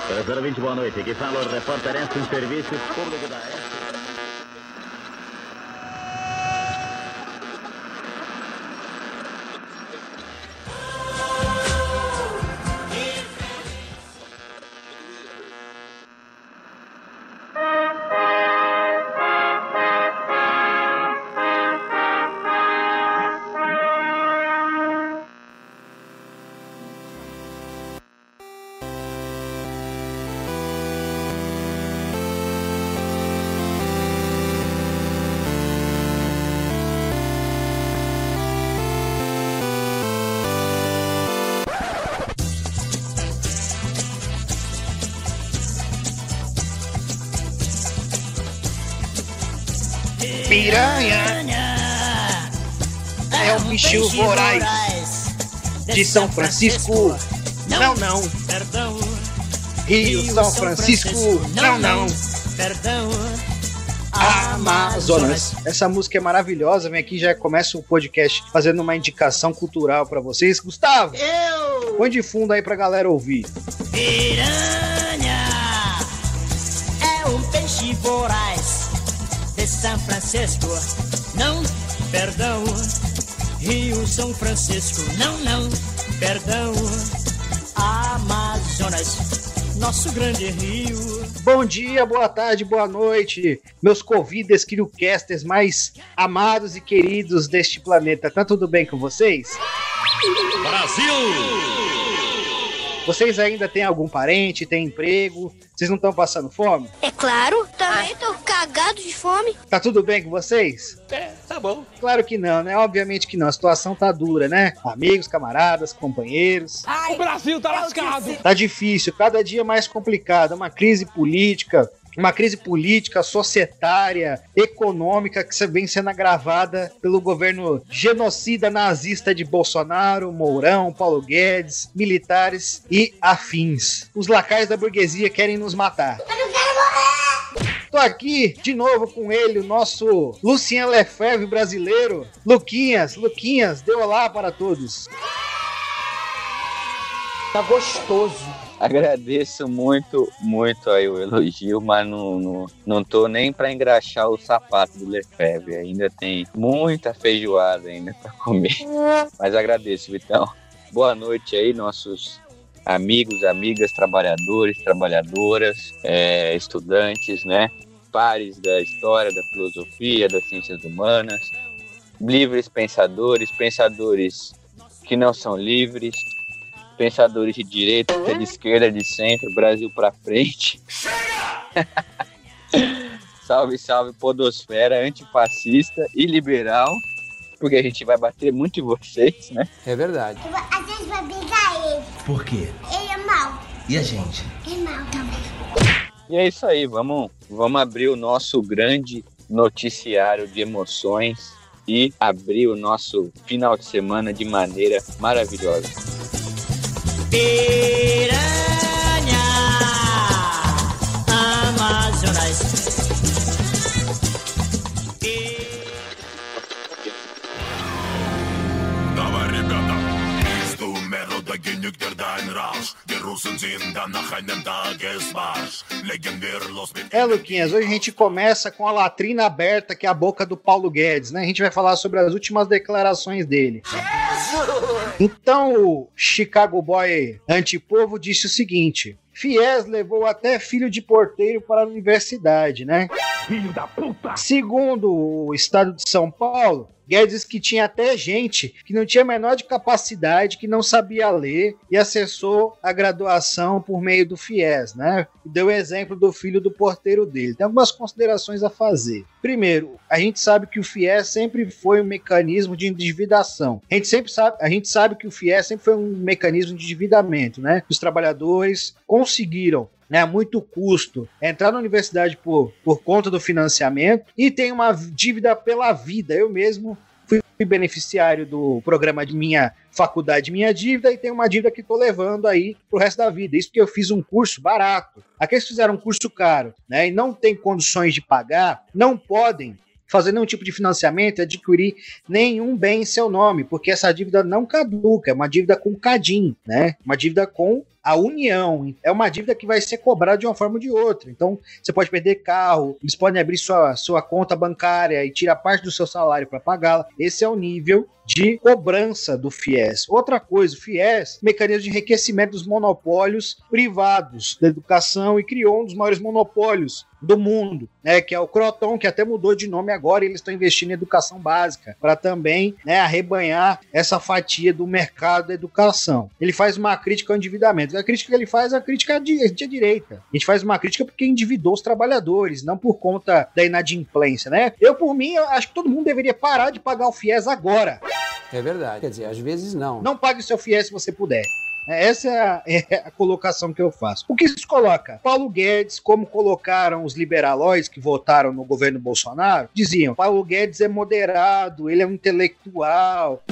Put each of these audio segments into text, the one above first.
020, boa noite. Aqui fala o repórter em serviço público da Piranha é um bicho voraz de São Francisco. Não, não. Perdão. Rio São Francisco. Não, não. Perdão. Amazonas. Essa música é maravilhosa. Vem aqui, já começa o podcast fazendo uma indicação cultural pra vocês. Gustavo, põe de fundo aí pra galera ouvir. Piranha é um peixe voraz de São Francisco. Não, perdão. Rio São Francisco. Não, não. Perdão. Amazonas, nosso grande rio. Bom dia, boa tarde, boa noite, meus convidas, criocasters mais amados e queridos deste planeta. Tá tudo bem com vocês? Brasil! Vocês ainda têm algum parente, têm emprego? Vocês não estão passando fome? É claro, também tô cagado de fome. Tá tudo bem com vocês? Tá bom. Claro que não, né? Obviamente que não. A situação tá dura, né? Amigos, camaradas, companheiros. O Brasil tá lascado. Tá difícil, cada dia mais complicado. Uma crise política, societária, econômica que vem sendo agravada pelo governo genocida nazista de Bolsonaro, Mourão, Paulo Guedes, militares e afins. Os lacaios da burguesia querem nos matar. Eu não quero morrer! Tô aqui de novo com ele, o nosso Lucien Lefebvre brasileiro. Luquinhas, dê olá para todos. Tá gostoso. Agradeço muito aí o elogio, mas não tô nem para engraxar o sapato do Lefebvre. Ainda tem muita feijoada ainda para comer. Mas agradeço, Vitão. Boa noite aí, nossos amigos, amigas, trabalhadores, trabalhadoras, estudantes, né? Pares da história, da filosofia, das ciências humanas, livres pensadores que não são livres, pensadores de direita, de esquerda, de centro, Brasil pra frente. Salve, salve, podosfera antifascista e liberal, porque a gente vai bater muito em vocês, né? É verdade. A gente vai brigar ele. Por quê? Ele é mau. E a gente? É mau também. E é isso aí, vamos abrir o nosso grande noticiário de emoções e abrir o nosso final de semana de maneira maravilhosa. Piranha Amazonas. Luquinhas, hoje a gente começa com a latrina aberta, que é a boca do Paulo Guedes, né? A gente vai falar sobre as últimas declarações dele. Então, o Chicago Boy antipovo disse o seguinte: Fies levou até filho de porteiro para a universidade, né? Filho da puta! Segundo o estado de São Paulo, Guedes disse que tinha até gente que não tinha a menor de capacidade, que não sabia ler e acessou a graduação por meio do FIES, né? E deu o exemplo do filho do porteiro dele. Tem algumas considerações a fazer. Primeiro, a gente sabe que o FIES sempre foi um mecanismo de endividação. A gente sabe que o FIES sempre foi um mecanismo de endividamento, né? Os trabalhadores conseguiram, né, a muito custo, entrar na universidade por conta do financiamento e tem uma dívida pela vida. Eu mesmo fui beneficiário do programa de Minha Faculdade Minha Dívida e tenho uma dívida que estou levando aí pro resto da vida. Isso porque eu fiz um curso barato. Aqueles que fizeram um curso caro, né, e não têm condições de pagar, não podem fazer nenhum tipo de financiamento, adquirir nenhum bem em seu nome, porque essa dívida não caduca, é uma dívida com CADIM, né? Uma dívida com a união. É uma dívida que vai ser cobrada de uma forma ou de outra. Então, você pode perder carro, eles podem abrir sua conta bancária e tirar parte do seu salário para pagá-la. Esse é o nível de cobrança do FIES. Outra coisa, o FIES, mecanismo de enriquecimento dos monopólios privados da educação, e criou um dos maiores monopólios do mundo, né, que é o Croton, que até mudou de nome agora, e eles estão investindo em educação básica, para também, né, arrebanhar essa fatia do mercado da educação. Ele faz uma crítica ao endividamento. A crítica que ele faz é a crítica de direita. A gente faz uma crítica porque endividou os trabalhadores, não por conta da inadimplência, né? Por mim, eu acho que todo mundo deveria parar de pagar o FIES agora. É verdade. Quer dizer, às vezes não. Não pague o seu FIES se você puder. Essa é a colocação que eu faço. O que se coloca? Paulo Guedes, como colocaram os liberalóides que votaram no governo Bolsonaro, diziam: Paulo Guedes é moderado, ele é um intelectual.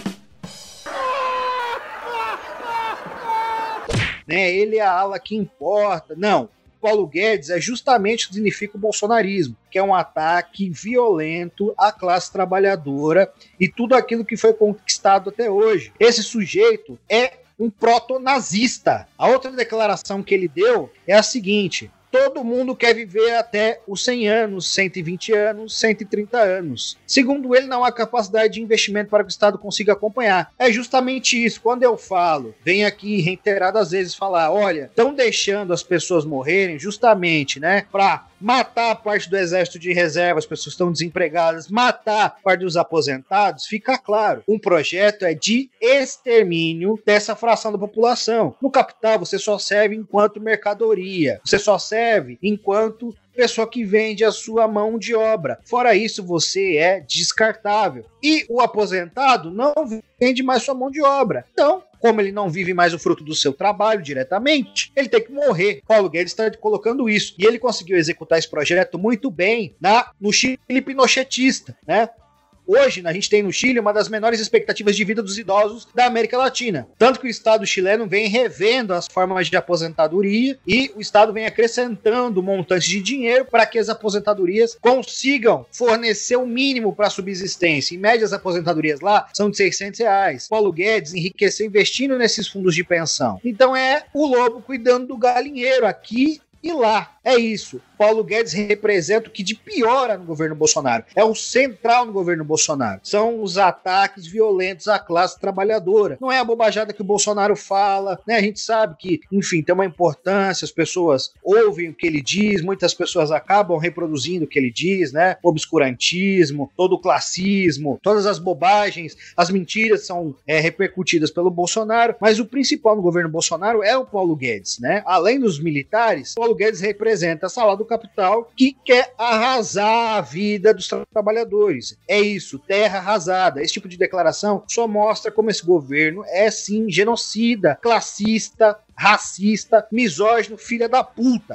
Ele é a ala que importa. Não. Paulo Guedes é justamente o que significa o bolsonarismo, que é um ataque violento à classe trabalhadora e tudo aquilo que foi conquistado até hoje. Esse sujeito é um proto-nazista. A outra declaração que ele deu é a seguinte: todo mundo quer viver até os 100 anos, 120 anos, 130 anos. Segundo ele, não há capacidade de investimento para que o Estado consiga acompanhar. É justamente isso. Quando eu falo, venho aqui reiteradas vezes falar, olha, estão deixando as pessoas morrerem justamente, né, para matar a parte do exército de reserva, as pessoas estão desempregadas, matar a parte dos aposentados, fica claro. Um projeto é de extermínio dessa fração da população. No capital, você só serve enquanto mercadoria. Você só serve enquanto pessoa que vende a sua mão de obra. Fora isso, você é descartável. E o aposentado não vende mais sua mão de obra. Então, como ele não vive mais o fruto do seu trabalho diretamente, ele tem que morrer. Paulo Guedes está colocando isso. E ele conseguiu executar esse projeto muito bem no Chile pinochetista, né? Hoje, a gente tem no Chile uma das menores expectativas de vida dos idosos da América Latina. Tanto que o Estado chileno vem revendo as formas de aposentadoria e o Estado vem acrescentando montantes de dinheiro para que as aposentadorias consigam fornecer o mínimo para a subsistência. Em média, as aposentadorias lá são de R$600. Paulo Guedes enriqueceu investindo nesses fundos de pensão. Então é o lobo cuidando do galinheiro aqui e lá. É isso. Paulo Guedes representa o que de pior há no governo Bolsonaro. É o central no governo Bolsonaro. São os ataques violentos à classe trabalhadora. Não é a bobajada que o Bolsonaro fala, né? A gente sabe que, enfim, tem uma importância, as pessoas ouvem o que ele diz, muitas pessoas acabam reproduzindo o que ele diz, né? O obscurantismo, todo o classismo, todas as bobagens, as mentiras são repercutidas pelo Bolsonaro, mas o principal no governo Bolsonaro é o Paulo Guedes, né? Além dos militares, Paulo Guedes representa essa ala do capital que quer arrasar a vida dos trabalhadores. É isso, terra arrasada. Esse tipo de declaração só mostra como esse governo é, sim, genocida, classista, racista, misógino, filha da puta.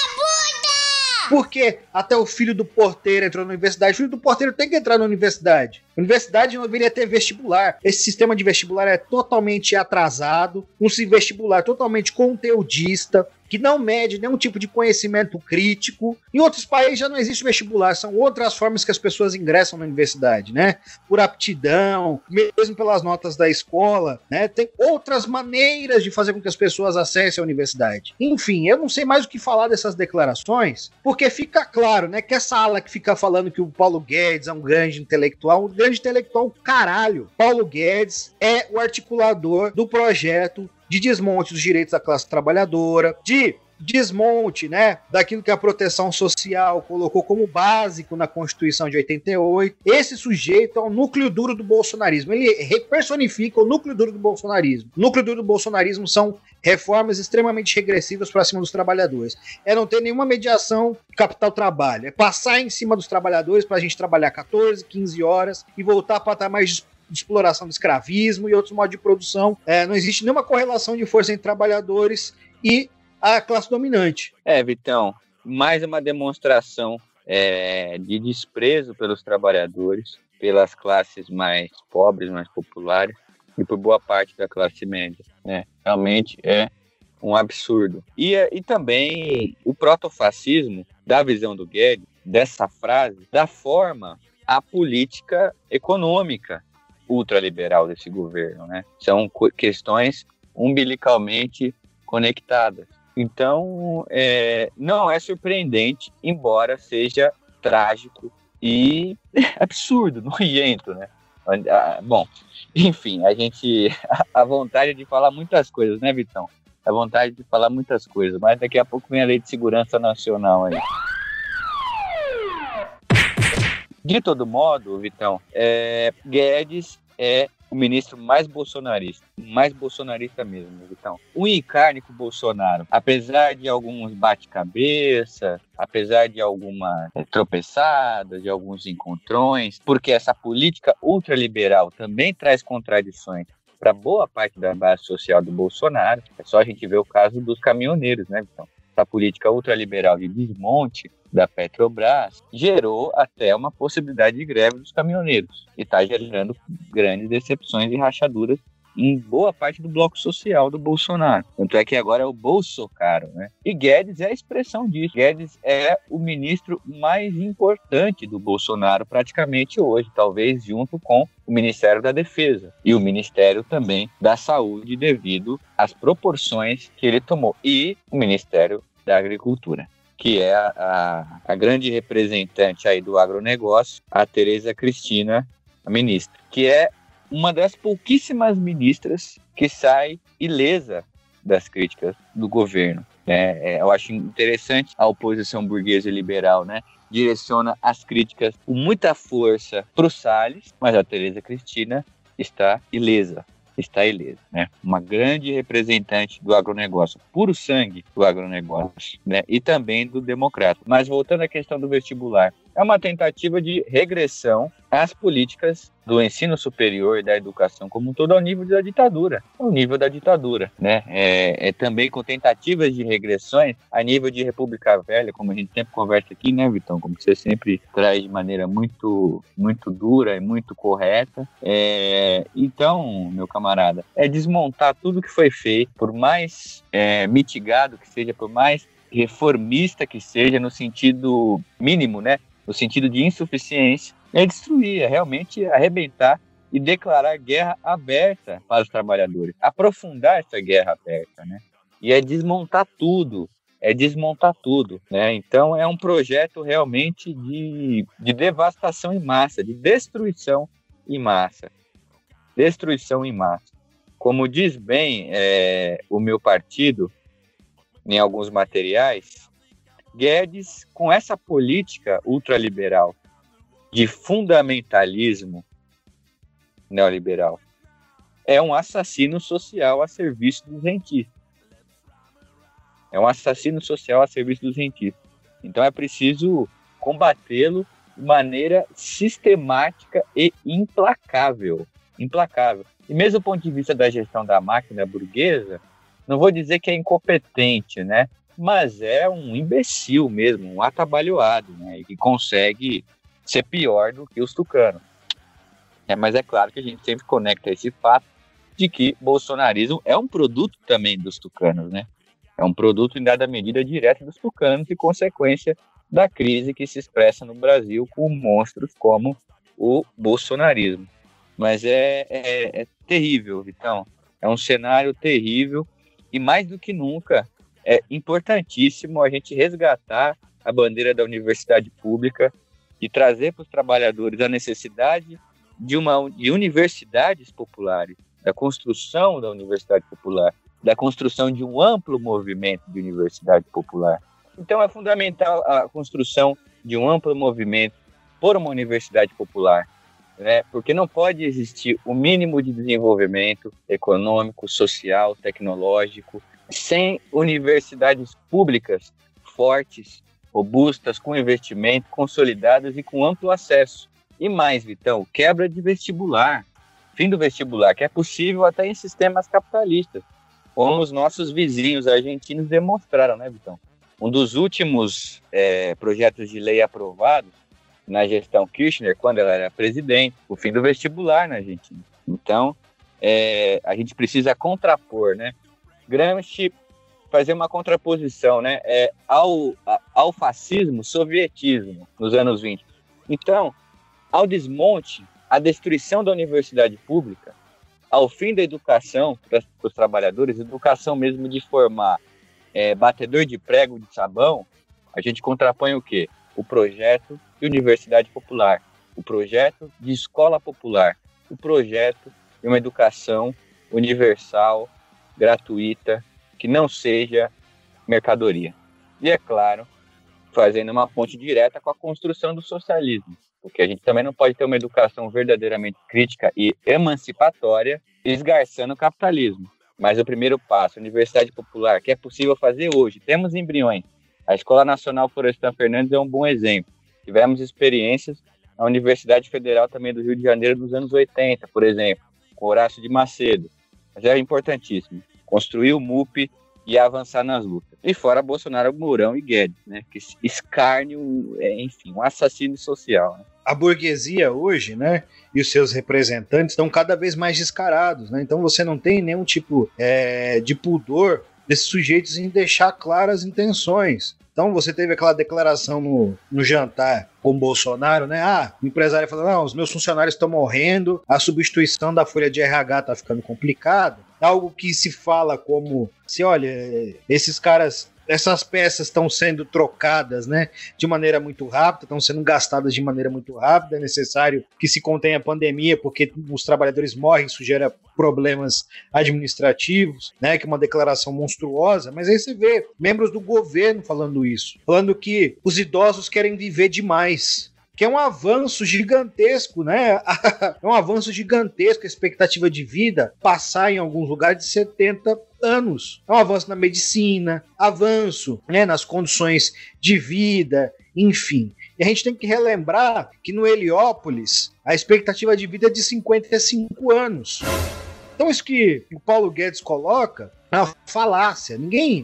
Porque até o filho do porteiro entrou na universidade. O filho do porteiro tem que entrar na universidade. A universidade não deveria ter vestibular. Esse sistema de vestibular é totalmente atrasado, um vestibular totalmente conteudista, que não mede nenhum tipo de conhecimento crítico. Em outros países já não existe vestibular, são outras formas que as pessoas ingressam na universidade, né? Por aptidão, mesmo pelas notas da escola, né? Tem outras maneiras de fazer com que as pessoas acessem a universidade. Enfim, eu não sei mais o que falar dessas declarações, porque fica claro, né, que essa ala que fica falando que o Paulo Guedes é um grande intelectual, caralho. Paulo Guedes é o articulador do projeto de desmonte dos direitos da classe trabalhadora, de desmonte, né, daquilo que a proteção social colocou como básico na Constituição de 88. Esse sujeito é o núcleo duro do bolsonarismo. Ele personifica o núcleo duro do bolsonarismo. O núcleo duro do bolsonarismo são reformas extremamente regressivas para cima dos trabalhadores. É não ter nenhuma mediação capital-trabalho. É passar em cima dos trabalhadores para a gente trabalhar 14, 15 horas e voltar a patamares de exploração do escravismo e outros modos de produção. Não existe nenhuma correlação de força entre trabalhadores e a classe dominante. Vitão, mais uma demonstração de desprezo pelos trabalhadores, pelas classes mais pobres, mais populares e por boa parte da classe média, né? Realmente é um absurdo. E também o protofascismo, da visão do Guedes, dessa frase, da forma a política econômica ultraliberal desse governo, né? São questões umbilicalmente conectadas. Então, não é surpreendente, embora seja trágico e absurdo, nojento, né? Bom, enfim, a vontade de falar muitas coisas, né, Vitão? A vontade de falar muitas coisas, mas daqui a pouco vem a Lei de Segurança Nacional aí. De todo modo, Vitão, Guedes é o ministro mais bolsonarista mesmo, Vitão. Unha e carne com o Bolsonaro, apesar de alguns bate-cabeça, apesar de algumas tropeçadas, de alguns encontrões, porque essa política ultraliberal também traz contradições para boa parte da base social do Bolsonaro. É só a gente ver o caso dos caminhoneiros, né, Vitão? A política ultraliberal de desmonte da Petrobras gerou até uma possibilidade de greve dos caminhoneiros e está gerando grandes decepções e rachaduras em boa parte do bloco social do Bolsonaro. Tanto é que agora é o Bolsocaro, né? E Guedes é a expressão disso. Guedes é o ministro mais importante do Bolsonaro praticamente hoje, talvez junto com o Ministério da Defesa e o Ministério também da Saúde, devido às proporções que ele tomou, e o Ministério da Agricultura, que é a grande representante aí do agronegócio, a Tereza Cristina, a ministra, que é uma das pouquíssimas ministras que sai ilesa das críticas do governo. Eu acho interessante a oposição burguesa e liberal, né? Direciona as críticas com muita força para o Salles, mas a Tereza Cristina está ilesa, né? Uma grande representante do agronegócio, puro sangue do agronegócio, né? E também do democrata. Mas voltando à questão do vestibular, é uma tentativa de regressão às políticas do ensino superior e da educação como um todo ao nível da ditadura, né? Também com tentativas de regressões a nível de República Velha, como a gente sempre conversa aqui, né, Vitão? Como você sempre traz de maneira muito, muito dura e muito correta. Então, meu camarada, é desmontar tudo que foi feito, por mais mitigado que seja, por mais reformista que seja, no sentido mínimo, né? No sentido de insuficiência, é destruir, é realmente arrebentar e declarar guerra aberta para os trabalhadores, aprofundar essa guerra aberta, né? E é desmontar tudo, né? Então é um projeto realmente de devastação em massa, de destruição em massa. Como diz bem o meu partido, em alguns materiais, Guedes, com essa política ultraliberal de fundamentalismo neoliberal, é um assassino social a serviço dos rentistas. Então é preciso combatê-lo de maneira sistemática e implacável. E mesmo do ponto de vista da gestão da máquina burguesa, não vou dizer que é incompetente, né? Mas é um imbecil mesmo, um atabalhoado, né? E que consegue ser pior do que os tucanos. Mas é claro que a gente sempre conecta esse fato de que bolsonarismo é um produto também dos tucanos, né? É um produto, em dada medida, direto dos tucanos e consequência da crise que se expressa no Brasil com monstros como o bolsonarismo. Mas é terrível, Vitão. É um cenário terrível e, mais do que nunca, é importantíssimo a gente resgatar a bandeira da universidade pública e trazer para os trabalhadores a necessidade de universidades populares, da construção da universidade popular, da construção de um amplo movimento de universidade popular. Então é fundamental a construção de um amplo movimento por uma universidade popular, né? Porque não pode existir o mínimo de desenvolvimento econômico, social, tecnológico, sem universidades públicas fortes, robustas, com investimento, consolidadas e com amplo acesso. E mais, Vitão, quebra de vestibular, fim do vestibular, que é possível até em sistemas capitalistas, como os nossos vizinhos argentinos demonstraram, né, Vitão? Um dos últimos projetos de lei aprovados na gestão Kirchner, quando ela era presidente, o fim do vestibular na Argentina. Então, a gente precisa contrapor, né? Gramsci fazer uma contraposição, né, ao fascismo, sovietismo, nos anos 20. Então, ao desmonte, à destruição da universidade pública, ao fim da educação para os trabalhadores, educação mesmo de formar batedor de prego de sabão, a gente contrapõe o quê? O projeto de universidade popular, o projeto de escola popular, o projeto de uma educação universal, gratuita, que não seja mercadoria. E, é claro, fazendo uma ponte direta com a construção do socialismo, porque a gente também não pode ter uma educação verdadeiramente crítica e emancipatória esgarçando o capitalismo. Mas o primeiro passo, a universidade popular, que é possível fazer hoje, temos embriões. A Escola Nacional Florestan Fernandes é um bom exemplo. Tivemos experiências na Universidade Federal também do Rio de Janeiro nos anos 80, por exemplo, com Horácio de Macedo. Mas é importantíssimo construir o MUP e avançar nas lutas. E fora Bolsonaro, Mourão e Guedes, né? Que escárnio, enfim, um assassino social, né? A burguesia hoje, né, e os seus representantes estão cada vez mais descarados, né? Então você não tem nenhum tipo de pudor desses sujeitos em deixar claras as intenções. Então você teve aquela declaração no jantar com o Bolsonaro, né? O empresário falou, não, os meus funcionários estão morrendo, a substituição da folha de RH está ficando complicada. Algo que se fala como, olha, esses caras, essas peças estão sendo trocadas, né, de maneira muito rápida, estão sendo gastadas de maneira muito rápida, é necessário que se contenha a pandemia, porque os trabalhadores morrem, isso gera problemas administrativos, né, que é uma declaração monstruosa, mas aí você vê membros do governo falando isso, falando que os idosos querem viver demais, que é um avanço gigantesco, né? É um avanço gigantesco a expectativa de vida passar em alguns lugares de 70 anos. É um avanço na medicina, avanço, né, nas condições de vida, enfim. E a gente tem que relembrar que no Heliópolis a expectativa de vida é de 55 anos. Então isso que o Paulo Guedes coloca é uma falácia. Ninguém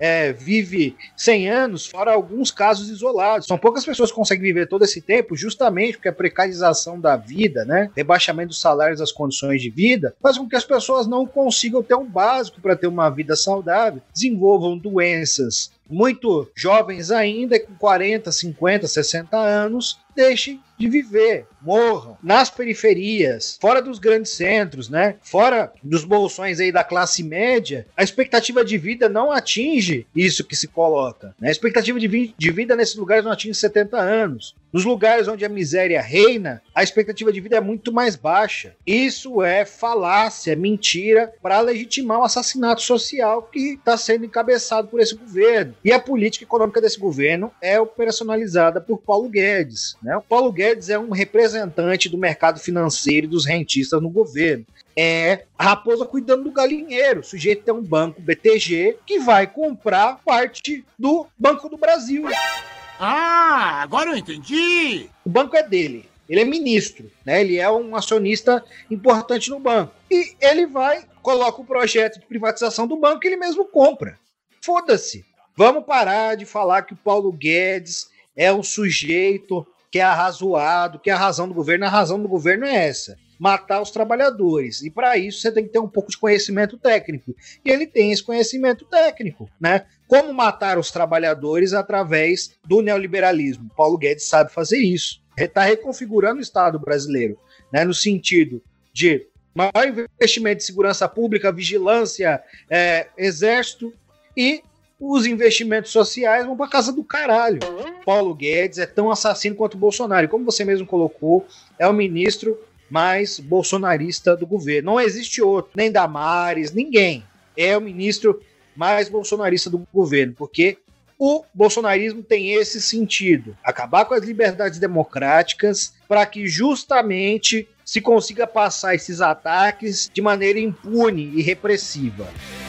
vive 100 anos, fora alguns casos isolados. São poucas pessoas que conseguem viver todo esse tempo, justamente porque a precarização da vida, né, rebaixamento dos salários, das condições de vida, faz com que as pessoas não consigam ter um básico para ter uma vida saudável, desenvolvam doenças muito jovens ainda, com 40, 50, 60 anos, deixem de viver, morram nas periferias, fora dos grandes centros, né? Fora dos bolsões aí da classe média, a expectativa de vida não atinge isso que se coloca, né? A expectativa de vida nesses lugares não atinge 70 anos. Nos lugares onde a miséria reina, a expectativa de vida é muito mais baixa. Isso é falácia, mentira, para legitimar o assassinato social que está sendo encabeçado por esse governo. E a política econômica desse governo é operacionalizada por Paulo Guedes, né? O Paulo Guedes é um representante do mercado financeiro e dos rentistas no governo. É a raposa cuidando do galinheiro. O sujeito tem um banco BTG que vai comprar parte do Banco do Brasil. Agora eu entendi! O banco é dele, ele é ministro, né? Ele é um acionista importante no banco. E ele coloca o projeto de privatização do banco que ele mesmo compra. Foda-se! Vamos parar de falar que o Paulo Guedes é um sujeito que é arrazoado, que é a razão do governo. A razão do governo é essa: matar os trabalhadores. E para isso você tem que ter um pouco de conhecimento técnico. E ele tem esse conhecimento técnico, né? Como matar os trabalhadores através do neoliberalismo. Paulo Guedes sabe fazer isso. Ele está reconfigurando o Estado brasileiro, né? No sentido de maior investimento em segurança pública, vigilância, exército, e os investimentos sociais vão para casa do caralho. Paulo Guedes é tão assassino quanto o Bolsonaro. E como você mesmo colocou, é o ministro mais bolsonarista do governo. Não existe outro, nem Damares, ninguém. É o ministro mais bolsonarista do governo, porque o bolsonarismo tem esse sentido: acabar com as liberdades democráticas para que justamente se consiga passar esses ataques de maneira impune e repressiva.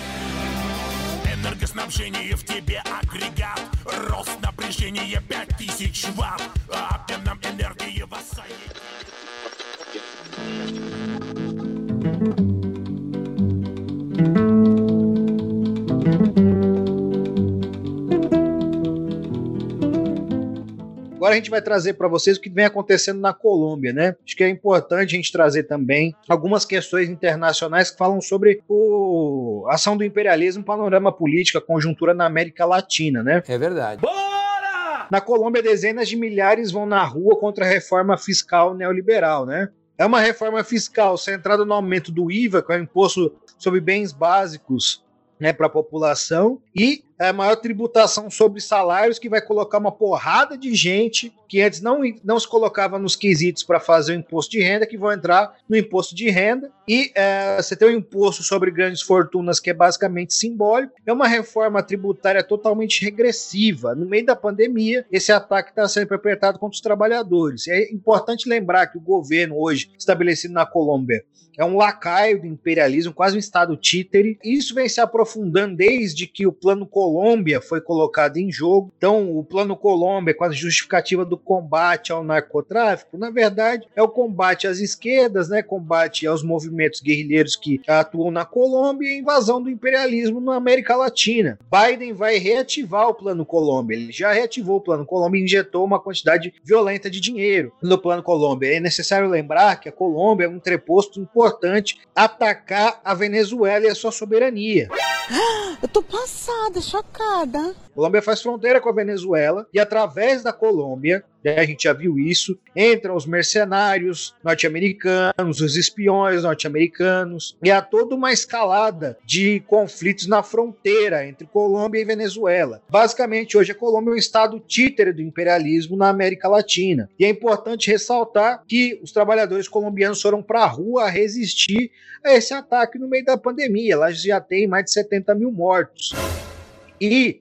Энергоснабжение в тебе агрегат, рост напряжения 5000 ватт, обменом энергии воссоединения. Agora a gente vai trazer para vocês o que vem acontecendo na Colômbia, né? Acho que é importante a gente trazer também algumas questões internacionais que falam sobre a ação do imperialismo, panorama político, a conjuntura na América Latina, né? É verdade. Na Colômbia, dezenas de milhares vão na rua contra a reforma fiscal neoliberal, né? É uma reforma fiscal centrada no aumento do IVA, que é o imposto sobre bens básicos, né, para a população, e a maior tributação sobre salários, que vai colocar uma porrada de gente que antes não se colocava nos quesitos para fazer o imposto de renda, que vão entrar no imposto de renda. E você tem o imposto sobre grandes fortunas, que é basicamente simbólico. É uma reforma tributária totalmente regressiva. No meio da pandemia, esse ataque está sendo perpetrado contra os trabalhadores. É importante lembrar que o governo hoje, estabelecido na Colômbia, é um lacaio do imperialismo, quase um estado títere. Isso vem se aprofundando desde que o Plano Colômbia foi colocado em jogo. Então, o Plano Colômbia, com a justificativa do combate ao narcotráfico, na verdade, é o combate às esquerdas, né? Combate aos movimentos guerrilheiros que atuam na Colômbia e a invasão do imperialismo na América Latina. Biden vai reativar o Plano Colômbia. Ele já reativou o Plano Colômbia e injetou uma quantidade violenta de dinheiro no Plano Colômbia. É necessário lembrar que a Colômbia é um entreposto importante atacar a Venezuela e a sua soberania. Eu tô passada, chocada. A Colômbia faz fronteira com a Venezuela e através da Colômbia, né, a gente já viu isso, entram os mercenários norte-americanos, os espiões norte-americanos, e há toda uma escalada de conflitos na fronteira entre Colômbia e Venezuela. Basicamente, hoje a Colômbia é um estado títere do imperialismo na América Latina. E é importante ressaltar que os trabalhadores colombianos foram para a rua a resistir a esse ataque no meio da pandemia. Lá já tem mais de 70 mil mortos. E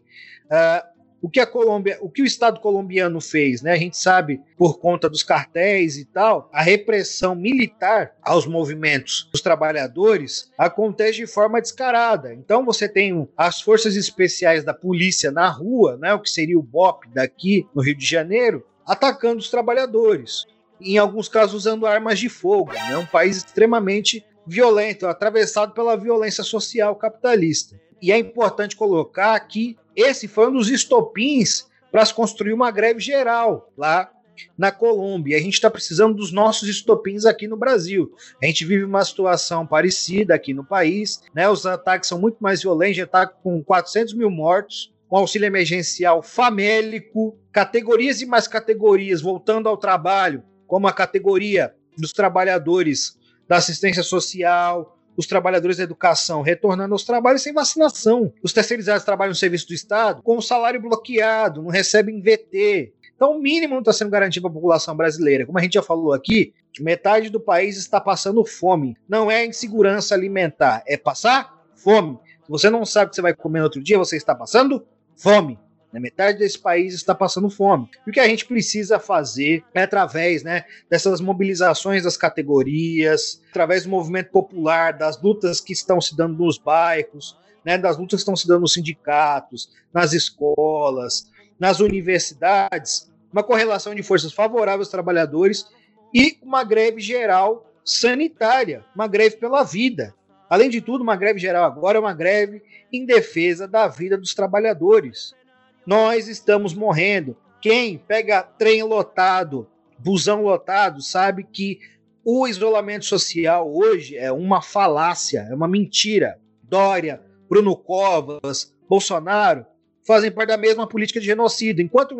o que o Estado colombiano fez, né? A gente sabe, por conta dos cartéis e tal, a repressão militar aos movimentos dos trabalhadores acontece de forma descarada. Então você tem as forças especiais da polícia na rua, né? O que seria o BOP daqui no Rio de Janeiro, atacando os trabalhadores. Em alguns casos usando armas de fogo. É um país extremamente violento, atravessado pela violência social capitalista. E é importante colocar que esse foi um dos estopins para se construir uma greve geral lá na Colômbia. A gente está precisando dos nossos estopins aqui no Brasil. A gente vive uma situação parecida aqui no país, né? Os ataques são muito mais violentos, já está com 400 mil mortos, um auxílio emergencial famélico, categorias e mais categorias voltando ao trabalho, como a categoria dos trabalhadores da assistência social, os trabalhadores da educação retornando aos trabalhos sem vacinação. Os terceirizados trabalham no serviço do Estado com o salário bloqueado, não recebem VT. Então o mínimo não está sendo garantido para a população brasileira. Como a gente já falou aqui, metade do país está passando fome. Não é insegurança alimentar, é passar fome. Se você não sabe o que você vai comer no outro dia, você está passando fome. Metade desse país está passando fome. E o que a gente precisa fazer é através, né, dessas mobilizações das categorias, através do movimento popular, das lutas que estão se dando nos bairros, né, das lutas que estão se dando nos sindicatos, nas escolas, nas universidades, uma correlação de forças favoráveis aos trabalhadores e uma greve geral sanitária, uma greve pela vida. Além de tudo, uma greve geral agora é uma greve em defesa da vida dos trabalhadores. Nós estamos morrendo. Quem pega trem lotado, busão lotado, sabe que o isolamento social hoje é uma falácia, é uma mentira. Dória, Bruno Covas, Bolsonaro fazem parte da mesma política de genocídio. Enquanto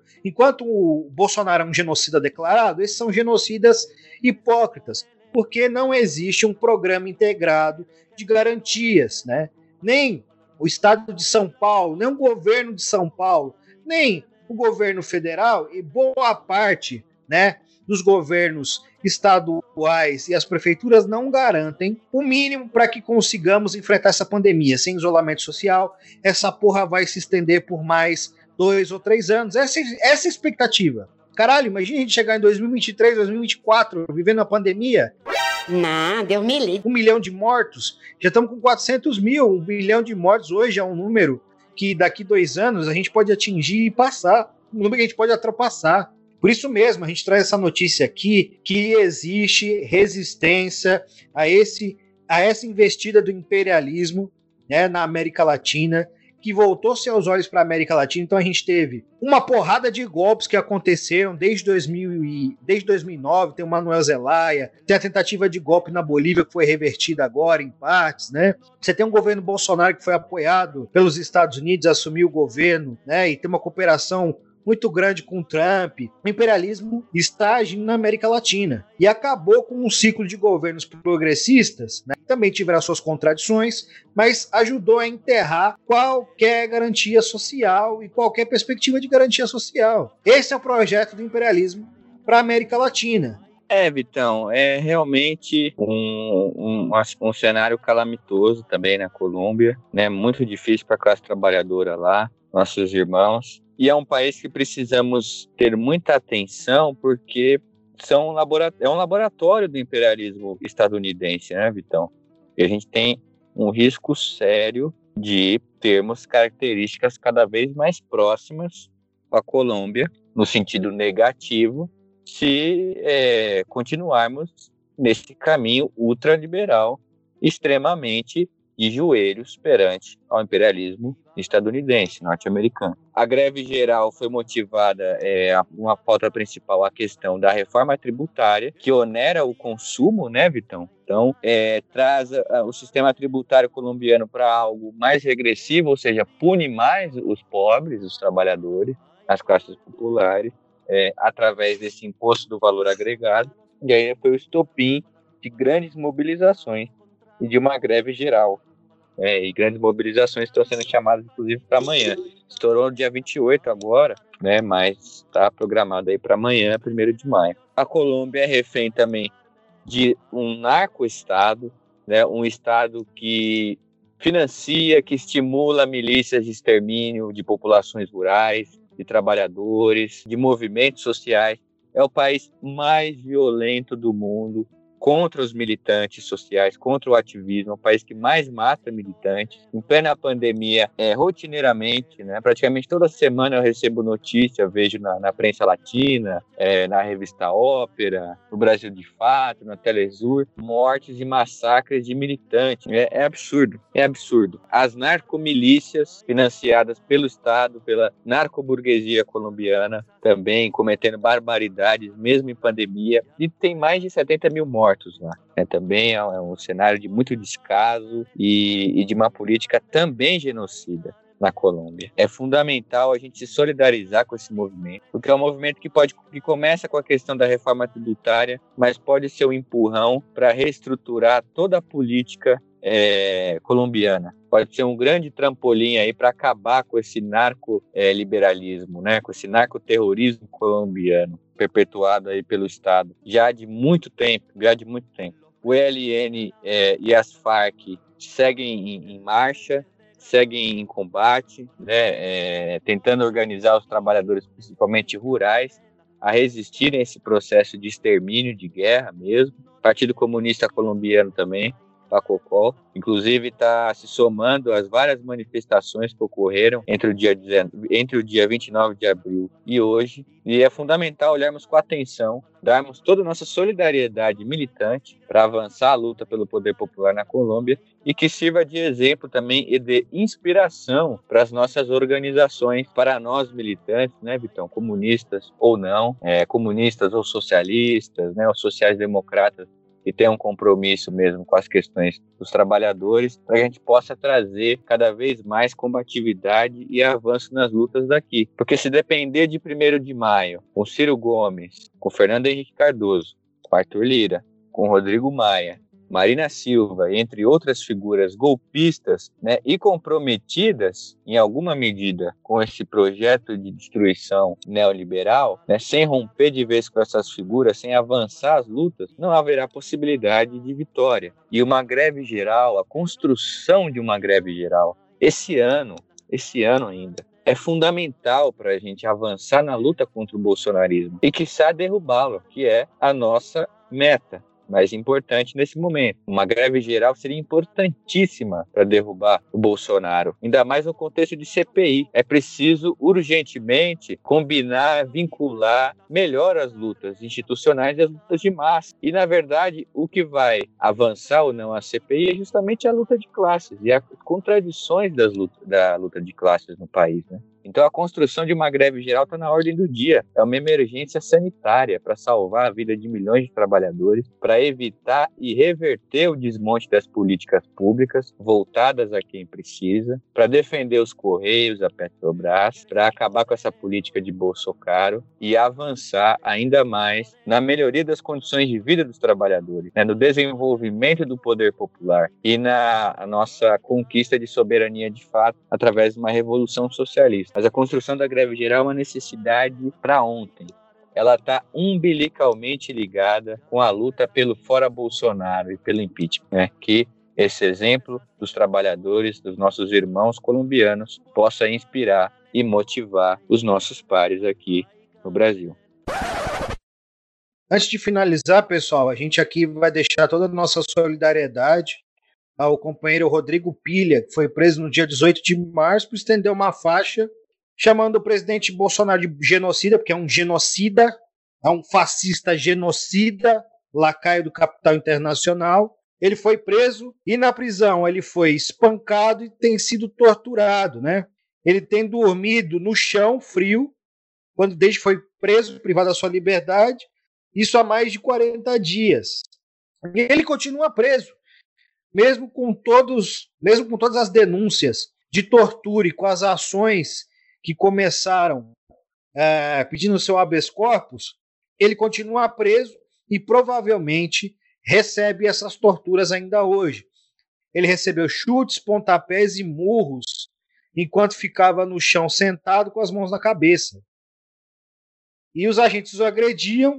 o Bolsonaro é um genocida declarado, esses são genocidas hipócritas, porque não existe um programa integrado de garantias, né? Nem o Estado de São Paulo, nem o governo de São Paulo, nem o governo federal e boa parte, né, dos governos estaduais e as prefeituras não garantem o mínimo para que consigamos enfrentar essa pandemia. Sem isolamento social, essa porra vai se estender por mais 2 ou 3 anos. Essa é a expectativa. Caralho, imagina a gente chegar em 2023, 2024, vivendo a pandemia. Não, Deus me livre. 1 milhão de mortos, já estamos com 400 mil. 1 milhão de mortos hoje é um número que daqui 2 anos a gente pode atingir e passar. Um número que a gente pode ultrapassar. Por isso mesmo, a gente traz essa notícia aqui, que existe resistência a essa investida do imperialismo, né, na América Latina, que voltou seus olhos para a América Latina. Então a gente teve uma porrada de golpes que aconteceram desde 2009, tem o Manuel Zelaya, tem a tentativa de golpe na Bolívia que foi revertida agora em partes, né? Você tem um governo Bolsonaro que foi apoiado pelos Estados Unidos, assumiu o governo, né? E tem uma cooperação muito grande com Trump. O imperialismo está agindo na América Latina e acabou com um ciclo de governos progressistas, né? Também tiveram suas contradições, mas ajudou a enterrar qualquer garantia social e qualquer perspectiva de garantia social. Esse é o projeto do imperialismo para a América Latina. Vitão, é realmente um cenário calamitoso também na Colômbia, né? Muito difícil para a classe trabalhadora lá, nossos irmãos. E é um país que precisamos ter muita atenção, porque é um laboratório do imperialismo estadunidense, né, Vitão? E a gente tem um risco sério de termos características cada vez mais próximas com a Colômbia, no sentido negativo, se continuarmos nesse caminho ultraliberal, extremamente de joelhos perante ao imperialismo estadunidense, norte-americano. A greve geral foi motivada, uma pauta principal, a questão da reforma tributária, que onera o consumo, né, Vitão? Então, traz o sistema tributário colombiano para algo mais regressivo, ou seja, pune mais os pobres, os trabalhadores, as classes populares, através desse imposto do valor agregado, e aí foi o estopim de grandes mobilizações e de uma greve geral. E grandes mobilizações estão sendo chamadas, inclusive, para amanhã. Estourou no dia 28 agora, né, mas está programado aí para amanhã, 1º de maio. A Colômbia é refém também de um narco-estado, né, um estado que financia, que estimula milícias de extermínio de populações rurais, de trabalhadores, de movimentos sociais. É o país mais violento do mundo contra os militantes sociais, contra o ativismo. É o país que mais mata militantes. Em plena pandemia, rotineiramente, né, praticamente toda semana eu recebo notícia, vejo na prensa latina, na revista Ópera, no Brasil de Fato, na Telesur, mortes e massacres de militantes. É absurdo, é absurdo. As narcomilícias financiadas pelo Estado, pela narcoburguesia colombiana, também cometendo barbaridades, mesmo em pandemia, e tem mais de 70 mil mortos lá. Também é um cenário de muito descaso e de uma política também genocida na Colômbia. É fundamental a gente se solidarizar com esse movimento, porque é um movimento que começa com a questão da reforma tributária, mas pode ser um empurrão para reestruturar toda a política colombiana. Pode ser um grande trampolim aí para acabar com esse narco-liberalismo, né? Com esse narcoterrorismo colombiano, perpetuado aí pelo Estado, já de muito tempo. O ELN e as Farc seguem em marcha, seguem em combate, né? Tentando organizar os trabalhadores, principalmente rurais, a resistirem a esse processo de extermínio, de guerra mesmo. O Partido Comunista Colombiano também, PACOCOL, inclusive está se somando às várias manifestações que ocorreram entre o dia 29 de abril e hoje, e é fundamental olharmos com atenção, darmos toda a nossa solidariedade militante para avançar a luta pelo poder popular na Colômbia e que sirva de exemplo também e de inspiração para as nossas organizações, para nós militantes, né, Vitão, comunistas ou não, comunistas ou socialistas, né, ou sociais-democratas, e ter um compromisso mesmo com as questões dos trabalhadores, para que a gente possa trazer cada vez mais combatividade e avanço nas lutas daqui. Porque se depender de 1º de maio, com Ciro Gomes, com Fernando Henrique Cardoso, com Arthur Lira, com Rodrigo Maia, Marina Silva, entre outras figuras golpistas, né, e comprometidas, em alguma medida, com esse projeto de destruição neoliberal, né, sem romper de vez com essas figuras, sem avançar as lutas, não haverá possibilidade de vitória. E uma greve geral, a construção de uma greve geral, esse ano ainda, é fundamental para a gente avançar na luta contra o bolsonarismo e, quiçá, derrubá-lo, que é a nossa meta mais importante nesse momento. Uma greve geral seria importantíssima para derrubar o Bolsonaro, ainda mais no contexto de CPI. É preciso urgentemente combinar, vincular melhor as lutas institucionais e as lutas de massa. E, na verdade, o que vai avançar ou não a CPI é justamente a luta de classes e as contradições da luta de classes no país, né? Então a construção de uma greve geral está na ordem do dia. É uma emergência sanitária para salvar a vida de milhões de trabalhadores, para evitar e reverter o desmonte das políticas públicas voltadas a quem precisa, para defender os Correios, a Petrobras, para acabar com essa política de Bolsonaro e avançar ainda mais na melhoria das condições de vida dos trabalhadores, né, no desenvolvimento do poder popular e na nossa conquista de soberania de fato através de uma revolução socialista. Mas a construção da greve geral é uma necessidade para ontem. Ela está umbilicalmente ligada com a luta pelo fora Bolsonaro e pelo impeachment, né? Que esse exemplo dos trabalhadores, dos nossos irmãos colombianos, possa inspirar e motivar os nossos pares aqui no Brasil. Antes de finalizar, pessoal, a gente aqui vai deixar toda a nossa solidariedade ao companheiro Rodrigo Pilha, que foi preso no dia 18 de março por estender uma faixa chamando o presidente Bolsonaro de genocida, porque é um genocida, é um fascista genocida, lacaio do capital internacional. Ele foi preso e na prisão ele foi espancado e tem sido torturado, né? Ele tem dormido no chão frio, desde que foi preso, privado da sua liberdade, isso há mais de 40 dias. E ele continua preso, mesmo com todas as denúncias de tortura e com as ações que começaram pedindo seu habeas corpus, ele continua preso e provavelmente recebe essas torturas ainda hoje. Ele recebeu chutes, pontapés e murros enquanto ficava no chão sentado com as mãos na cabeça. E os agentes o agrediam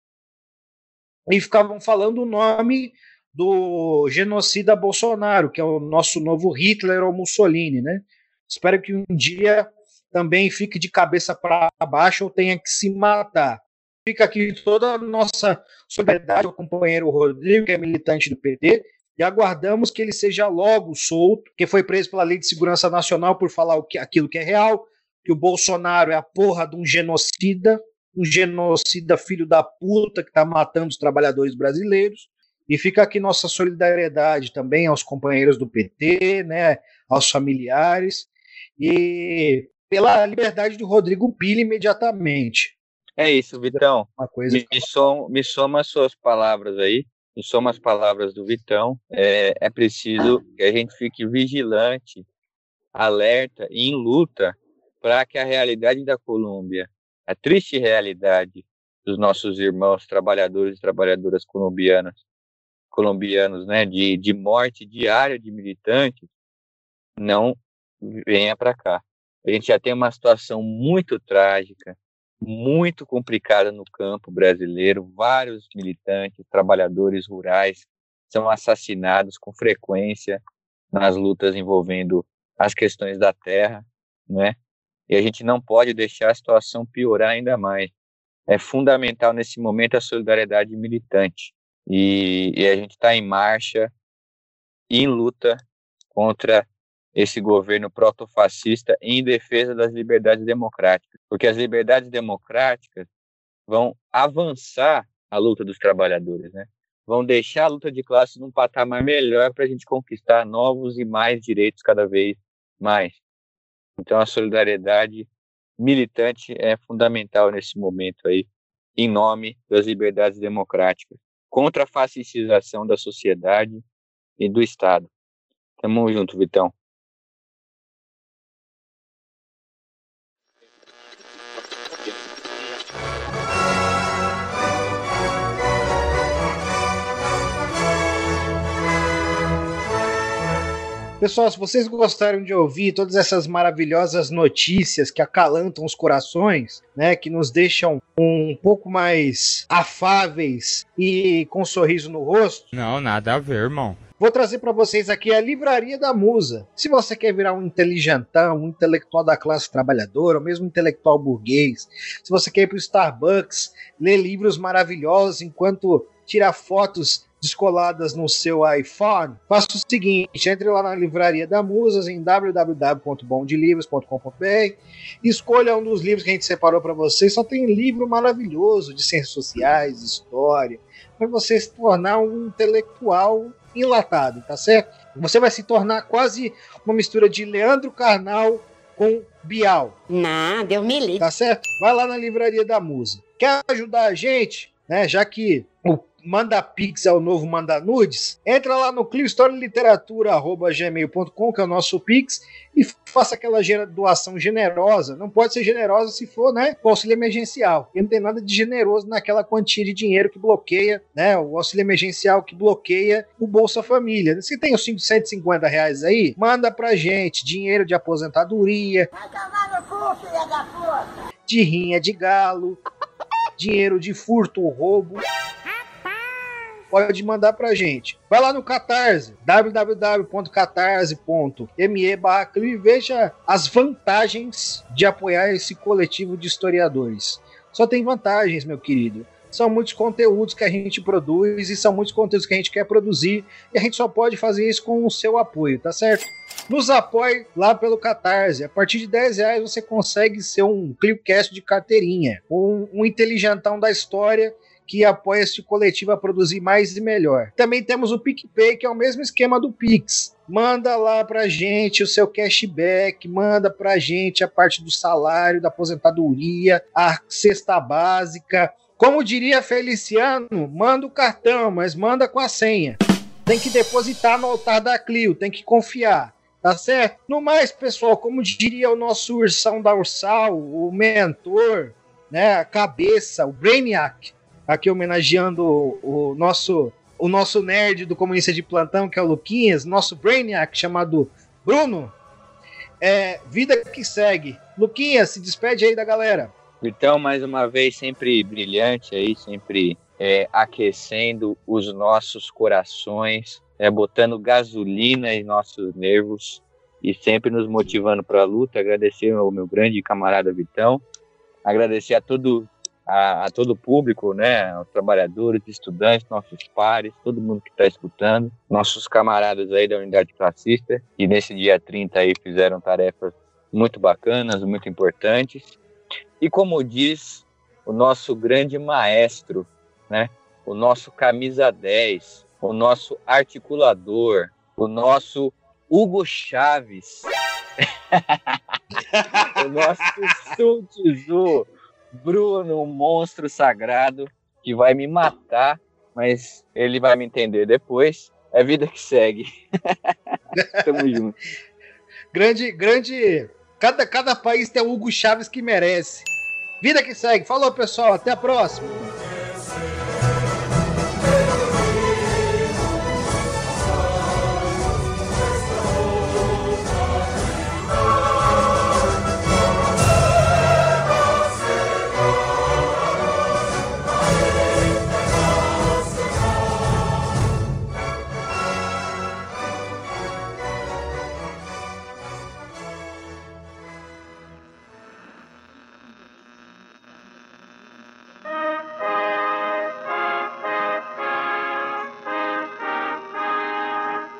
e ficavam falando o nome do genocida Bolsonaro, que é o nosso novo Hitler ou Mussolini, né? Espero que um dia também fique de cabeça para baixo ou tenha que se matar. Fica aqui toda a nossa solidariedade ao companheiro Rodrigo, que é militante do PT, e aguardamos que ele seja logo solto, que foi preso pela Lei de Segurança Nacional por falar aquilo que é real, que o Bolsonaro é a porra de um genocida filho da puta que está matando os trabalhadores brasileiros. E fica aqui nossa solidariedade também aos companheiros do PT, né, aos familiares, e pela liberdade do Rodrigo Pilha imediatamente. É isso, Vitão. Uma coisa me soma as suas palavras aí, me soma as palavras do Vitão. É preciso que a gente fique vigilante, alerta e em luta para que a realidade da Colômbia, a triste realidade dos nossos irmãos trabalhadores e trabalhadoras colombianos, né, de morte diária de militantes, não venha para cá. A gente já tem uma situação muito trágica, muito complicada no campo brasileiro. Vários militantes, trabalhadores rurais são assassinados com frequência nas lutas envolvendo as questões da terra, né? E a gente não pode deixar a situação piorar ainda mais. É fundamental nesse momento a solidariedade militante. E a gente está em marcha e em luta contra esse governo protofascista em defesa das liberdades democráticas. Porque as liberdades democráticas vão avançar a luta dos trabalhadores, né? Vão deixar a luta de classe num patamar melhor para a gente conquistar novos e mais direitos cada vez mais. Então a solidariedade militante é fundamental nesse momento aí, em nome das liberdades democráticas, contra a fascistização da sociedade e do Estado. Tamo junto, Vitão. Pessoal, se vocês gostaram de ouvir todas essas maravilhosas notícias que acalantam os corações, né, que nos deixam um pouco mais afáveis e com um sorriso no rosto... Não, nada a ver, irmão. Vou trazer para vocês aqui a Livraria da Musa. Se você quer virar um inteligentão, um intelectual da classe trabalhadora, ou mesmo um intelectual burguês, se você quer ir para o Starbucks, ler livros maravilhosos enquanto tira fotos descoladas no seu iPhone, faça o seguinte: entre lá na Livraria da Musas em www.bomdelivros.com.br, escolha um dos livros que a gente separou para vocês. Só tem livro maravilhoso de ciências sociais, história, para você se tornar um intelectual enlatado, tá certo? Você vai se tornar quase uma mistura de Leandro Carnal com Bial. Não, Deus me livre. Tá certo? Vai lá na Livraria da Musa. Quer ajudar a gente, né? Já que o Manda Pix é o novo Manda Nudes, entra lá no cliohistorialiteratura@gmail.com, que é o nosso Pix, e faça aquela doação generosa. Não pode ser generosa se for, né, com auxílio emergencial. E não tem nada de generoso naquela quantia de dinheiro que bloqueia, né, o auxílio emergencial que bloqueia o Bolsa Família. Se tem os R$150 aí, manda pra gente dinheiro de aposentadoria, Vai tomar no cu, filha da puta. de rinha de galo, dinheiro de furto ou roubo. Pode mandar pra gente. Vai lá no Catarse, www.catarse.me/Clio e veja as vantagens de apoiar esse coletivo de historiadores. Só tem vantagens, meu querido. São muitos conteúdos que a gente produz e são muitos conteúdos que a gente quer produzir e a gente só pode fazer isso com o seu apoio, tá certo? Nos apoie lá pelo Catarse. A partir de R$10 você consegue ser um ClioCast de carteirinha, um inteligentão da história que apoia esse coletivo a produzir mais e melhor. Também temos o PicPay, que é o mesmo esquema do Pix. Manda lá pra gente o seu cashback, manda pra gente a parte do salário, da aposentadoria, a cesta básica. Como diria Feliciano, manda o cartão, mas manda com a senha. Tem que depositar no altar da Clio, tem que confiar. Tá certo? No mais, pessoal, como diria o nosso ursão da Ursal, o mentor, né, a cabeça, o Brainiac, aqui homenageando o nosso nerd do Comunista de Plantão, que é o Luquinhas, nosso Brainiac chamado Bruno. Vida que segue. Luquinhas, se despede aí da galera. Então, mais uma vez, sempre brilhante aí, sempre aquecendo os nossos corações, botando gasolina em nossos nervos e sempre nos motivando para a luta. Agradecer ao meu grande camarada Vitão, agradecer a todo o público, né, aos trabalhadores, estudantes, nossos pares, todo mundo que está escutando, nossos camaradas aí da unidade classista, que nesse dia 30 aí fizeram tarefas muito bacanas, muito importantes. E como diz o nosso grande maestro, né, o nosso camisa 10, o nosso articulador, o nosso Hugo Chaves, o nosso Sun Tzu, Bruno, um monstro sagrado que vai me matar, mas ele vai me entender depois. É vida que segue. Tamo junto. Grande. Cada país tem o Hugo Chaves que merece. Vida que segue. Falou, pessoal. Até a próxima.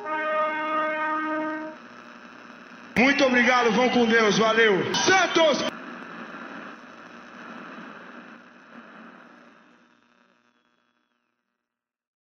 Muito obrigado, vão com Deus, valeu. Santos!